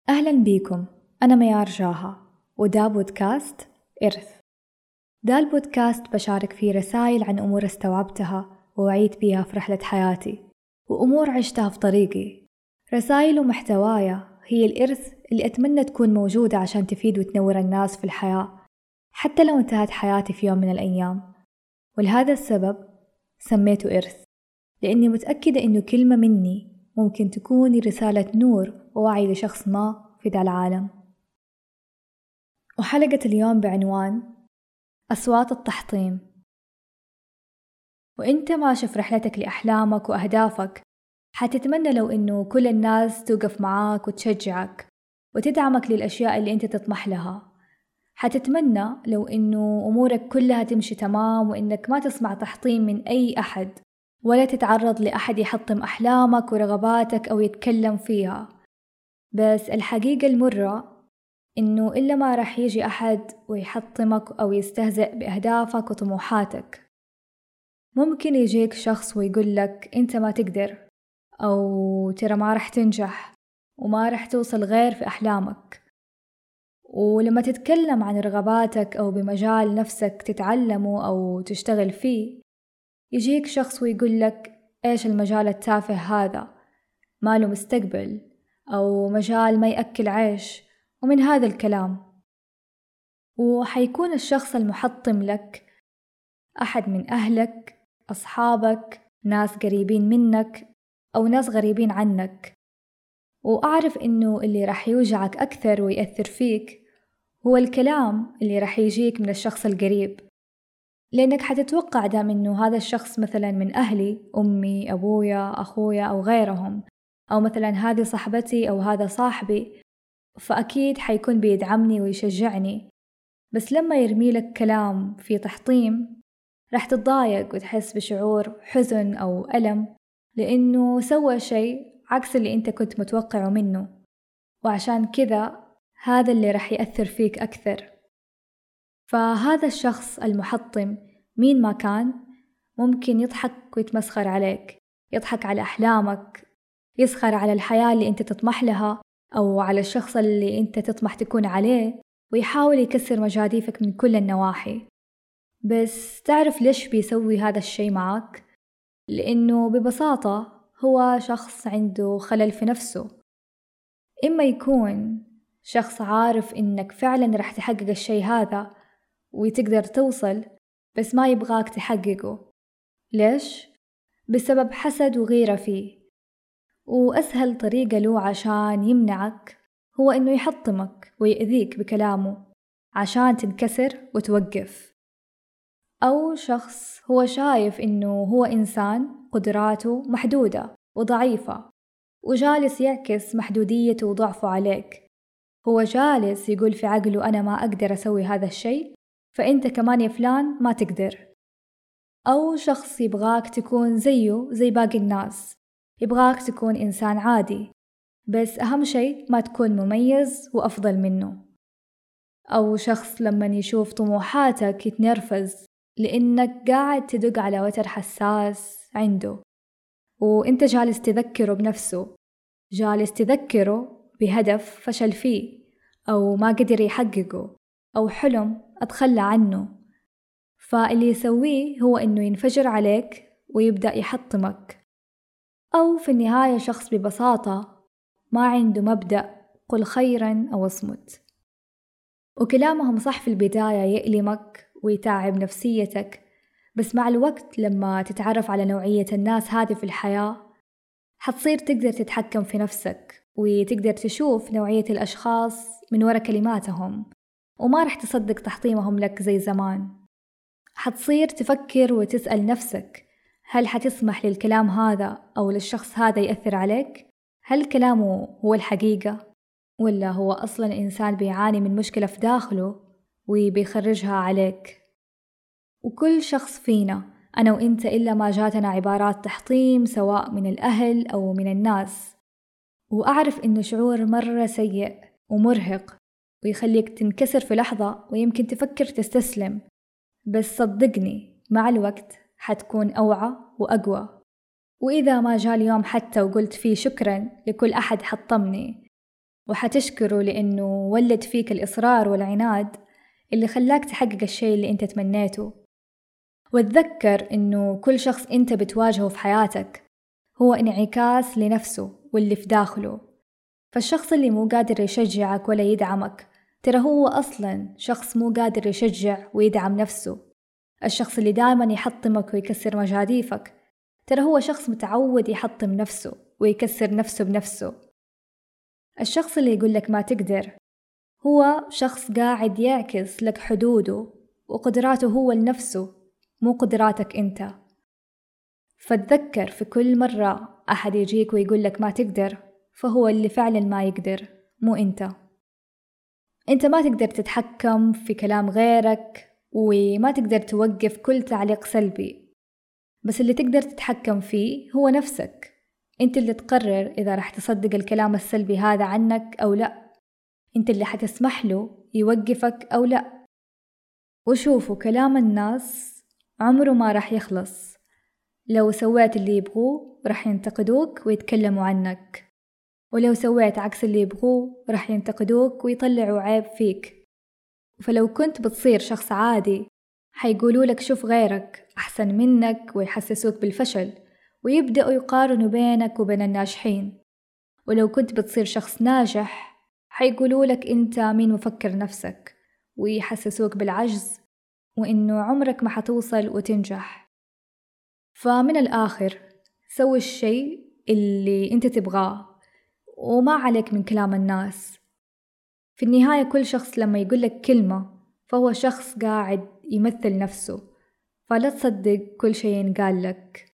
أهلا بيكم. أنا ميار جاها وده بودكاست إرث. ده البودكاست بشارك فيه رسائل عن أمور استوعبتها ووعيت بيها في رحلة حياتي وأمور عشتها في طريقي. رسائل ومحتوايا هي الإرث اللي أتمنى تكون موجودة عشان تفيد وتنور الناس في الحياة، حتى لو انتهت حياتي في يوم من الأيام. ولهذا السبب سميته إرث، لأني متأكدة إنه كلمة مني ممكن تكون رسالة نور ووعي لشخص ما في ذا العالم. وحلقة اليوم بعنوان أصوات التحطيم. وإنت ماشي في رحلتك لأحلامك وأهدافك، حتتمنى لو إنه كل الناس توقف معاك وتشجعك وتدعمك للأشياء اللي إنت تطمح لها. حتتمنى لو إنه أمورك كلها تمشي تمام وإنك ما تسمع تحطيم من أي أحد ولا تتعرض لأحد يحطم أحلامك ورغباتك أو يتكلم فيها. بس الحقيقة المرة إنه إلا ما رح يجي أحد ويحطمك أو يستهزئ بأهدافك وطموحاتك. ممكن يجيك شخص ويقولك أنت ما تقدر، أو ترى ما رح تنجح وما رح توصل غير في أحلامك. ولما تتكلم عن رغباتك أو بمجال نفسك تتعلمه أو تشتغل فيه، يجيك شخص ويقولك إيش المجال التافه هذا، ما له مستقبل، أو مجال ما يأكل عيش، ومن هذا الكلام. وحيكون الشخص المحطم لك أحد من أهلك، أصحابك، ناس قريبين منك أو ناس غريبين عنك. وأعرف إنه اللي رح يوجعك أكثر ويأثر فيك هو الكلام اللي رح يجيك من الشخص القريب، لأنك حتتوقع دام إنه هذا الشخص مثلا من أهلي، أمي، أبويا، أخويا أو غيرهم، أو مثلا هذه صاحبتي أو هذا صاحبي، فأكيد حيكون بيدعمني ويشجعني. بس لما يرمي لك كلام فيه تحطيم رح تتضايق وتحس بشعور حزن أو ألم، لأنه سوى شيء عكس اللي أنت كنت متوقعه منه. وعشان كذا هذا اللي رح يأثر فيك أكثر. فهذا الشخص المحطم مين ما كان ممكن يضحك ويتمسخر عليك، يضحك على أحلامك، يسخر على الحياة اللي أنت تطمح لها أو على الشخص اللي أنت تطمح تكون عليه، ويحاول يكسر مجاديفك من كل النواحي. بس تعرف ليش بيسوي هذا الشيء معك؟ لأنه ببساطة هو شخص عنده خلل في نفسه. إما يكون شخص عارف إنك فعلا رح تحقق الشيء هذا وتقدر توصل، بس ما يبغاك تحققه. ليش؟ بسبب حسد وغيرة فيه. وأسهل طريقة له عشان يمنعك هو إنه يحطمك ويأذيك بكلامه عشان تنكسر وتوقف. أو شخص هو شايف إنه هو إنسان قدراته محدودة وضعيفة، وجالس يعكس محدوديته وضعفه عليك. هو جالس يقول في عقله أنا ما أقدر أسوي هذا الشيء، فأنت كمان يا فلان ما تقدر. أو شخص يبغاك تكون زيه زي باقي الناس، يبغاك تكون إنسان عادي، بس أهم شيء ما تكون مميز وأفضل منه. أو شخص لما يشوف طموحاتك يتنرفز لأنك قاعد تدق على وتر حساس عنده، وإنت جالس تذكره بنفسه، جالس تذكره بهدف فشل فيه أو ما قدر يحققه أو حلم أتخلى عنه. فاللي يسويه هو إنه ينفجر عليك ويبدأ يحطمك. أو في النهاية شخص ببساطة ما عنده مبدأ قل خيرا أو اصمت. وكلامهم صح في البداية يألمك ويتعب نفسيتك، بس مع الوقت لما تتعرف على نوعية الناس هذه في الحياة حتصير تقدر تتحكم في نفسك وتقدر تشوف نوعية الأشخاص من وراء كلماتهم، وما رح تصدق تحطيمهم لك زي زمان. حتصير تفكر وتسأل نفسك، هل حتسمح للكلام هذا أو للشخص هذا يأثر عليك؟ هل كلامه هو الحقيقة؟ ولا هو أصلاً إنسان بيعاني من مشكلة في داخله وبيخرجها عليك؟ وكل شخص فينا أنا وإنت إلا ما جاتنا عبارات تحطيم سواء من الأهل أو من الناس. وأعرف إنه شعور مرة سيء ومرهق ويخليك تنكسر في لحظة ويمكن تفكر تستسلم، بس صدقني مع الوقت حتكون أوعى وأقوى. وإذا ما جاء اليوم حتى وقلت فيه شكرا لكل أحد حطمني، وحتشكره لأنه ولد فيك الإصرار والعناد اللي خلاك تحقق الشيء اللي أنت تمنيته. وتذكر إنه كل شخص أنت بتواجهه في حياتك هو انعكاس لنفسه واللي في داخله. فالشخص اللي مو قادر يشجعك ولا يدعمك ترى هو أصلا شخص مو قادر يشجع ويدعم نفسه. الشخص اللي دائما يحطمك ويكسر مجاديفك ترى هو شخص متعود يحطم نفسه ويكسر نفسه بنفسه. الشخص اللي يقولك ما تقدر هو شخص قاعد يعكس لك حدوده وقدراته هو لنفسه، مو قدراتك أنت. فتذكر في كل مرة أحد يجيك ويقولك ما تقدر فهو اللي فعلا ما يقدر، مو أنت. أنت ما تقدر تتحكم في كلام غيرك وما تقدر توقف كل تعليق سلبي، بس اللي تقدر تتحكم فيه هو نفسك. أنت اللي تقرر إذا رح تصدق الكلام السلبي هذا عنك أو لا، أنت اللي حتسمح له يوقفك أو لا. وشوفوا، كلام الناس عمره ما رح يخلص. لو سويت اللي يبغوه رح ينتقدوك ويتكلموا عنك، ولو سويت عكس اللي يبغوه رح ينتقدوك ويطلعوا عيب فيك. فلو كنت بتصير شخص عادي حيقولوا لك شوف غيرك أحسن منك ويحسسوك بالفشل ويبدأوا يقارنوا بينك وبين الناجحين. ولو كنت بتصير شخص ناجح حيقولوا لك أنت مين مفكر نفسك ويحسسوك بالعجز وإنه عمرك ما حتوصل وتنجح. فمن الآخر سوي الشيء اللي أنت تبغاه وما عليك من كلام الناس. في النهاية كل شخص لما يقولك كلمة فهو شخص قاعد يمثل نفسه، فلا تصدق كل شيء ينقال لك.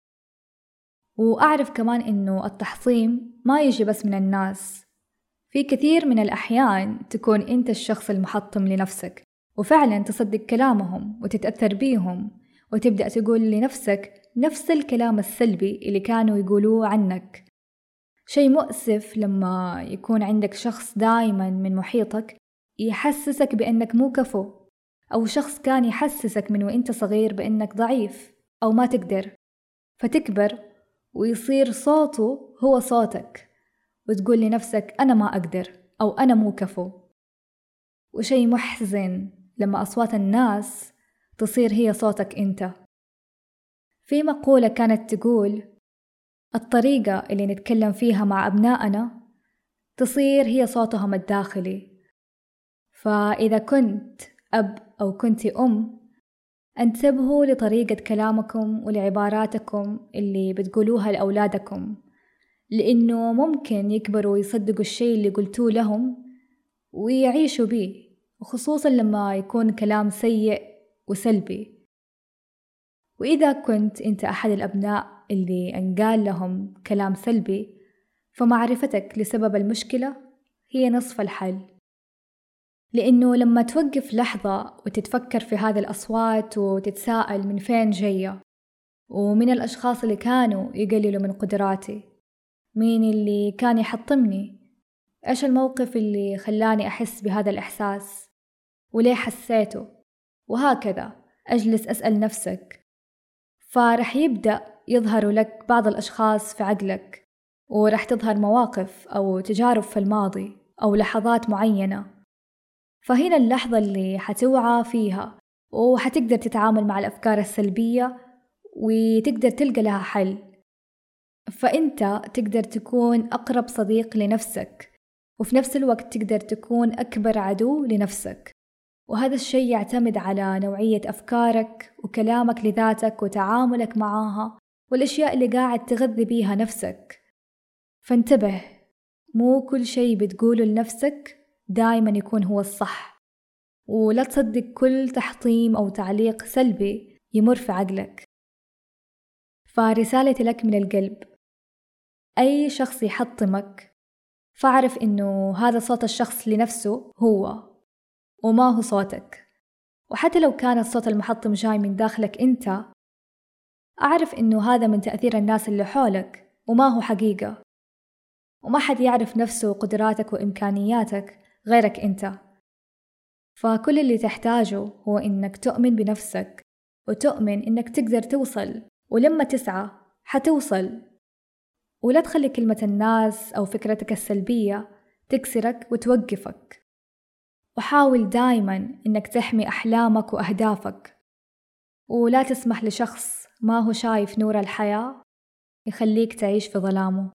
وأعرف كمان إنه التحطيم ما يجي بس من الناس، في كثير من الأحيان تكون أنت الشخص المحطم لنفسك وفعلا تصدق كلامهم وتتأثر بيهم وتبدأ تقول لنفسك نفس الكلام السلبي اللي كانوا يقولوه عنك. شيء مؤسف لما يكون عندك شخص دائما من محيطك يحسسك بأنك مو كفو، أو شخص كان يحسسك من وإنت صغير بأنك ضعيف أو ما تقدر، فتكبر ويصير صوته هو صوتك وتقول لنفسك أنا ما أقدر أو أنا مو كفو. وشيء محزن لما أصوات الناس تصير هي صوتك أنت. في مقولة كانت تقول الطريقة اللي نتكلم فيها مع أبنائنا تصير هي صوتهم الداخلي. فإذا كنت أب أو كنت أم انتبهوا لطريقة كلامكم ولعباراتكم اللي بتقولوها لأولادكم، لأنه ممكن يكبروا ويصدقوا الشيء اللي قلتوه لهم ويعيشوا بيه، وخصوصا لما يكون كلام سيء وسلبي. وإذا كنت أنت أحد الأبناء اللي انقال لهم كلام سلبي فمعرفتك لسبب المشكلة هي نصف الحل. لأنه لما توقف لحظة وتتفكر في هذه الأصوات وتتساءل من فين جاية ومن الأشخاص اللي كانوا يقللوا من قدراتي، مين اللي كان يحطمني، إيش الموقف اللي خلاني أحس بهذا الإحساس وليه حسيته، وهكذا أجلس أسأل نفسك، فرح يبدأ يظهر لك بعض الأشخاص في عقلك، ورح تظهر مواقف أو تجارب في الماضي أو لحظات معينة. فهنا اللحظة اللي حتوعى فيها وحتقدر تتعامل مع الأفكار السلبية وتقدر تلقى لها حل. فأنت تقدر تكون أقرب صديق لنفسك وفي نفس الوقت تقدر تكون أكبر عدو لنفسك. وهذا الشيء يعتمد على نوعية أفكارك وكلامك لذاتك وتعاملك معاها والأشياء اللي قاعد تغذي بيها نفسك. فانتبه، مو كل شيء بتقوله لنفسك دايما يكون هو الصح، ولا تصدق كل تحطيم أو تعليق سلبي يمر في عقلك. فرسالتي لك من القلب، أي شخص يحطمك فاعرف إنه هذا صوت الشخص لنفسه هو وما هو صوتك. وحتى لو كان الصوت المحطم جاي من داخلك أنت، أعرف إنه هذا من تأثير الناس اللي حولك وما هو حقيقة، وما حد يعرف نفسه وقدراتك وإمكانياتك غيرك أنت. فكل اللي تحتاجه هو إنك تؤمن بنفسك وتؤمن إنك تقدر توصل، ولما تسعى حتوصل. ولا تخلي كلمة الناس أو فكرتك السلبية تكسرك وتوقفك. وحاول دايما إنك تحمي أحلامك وأهدافك، ولا تسمح لشخص ما هو شايف نور الحياة يخليك تعيش في ظلامه.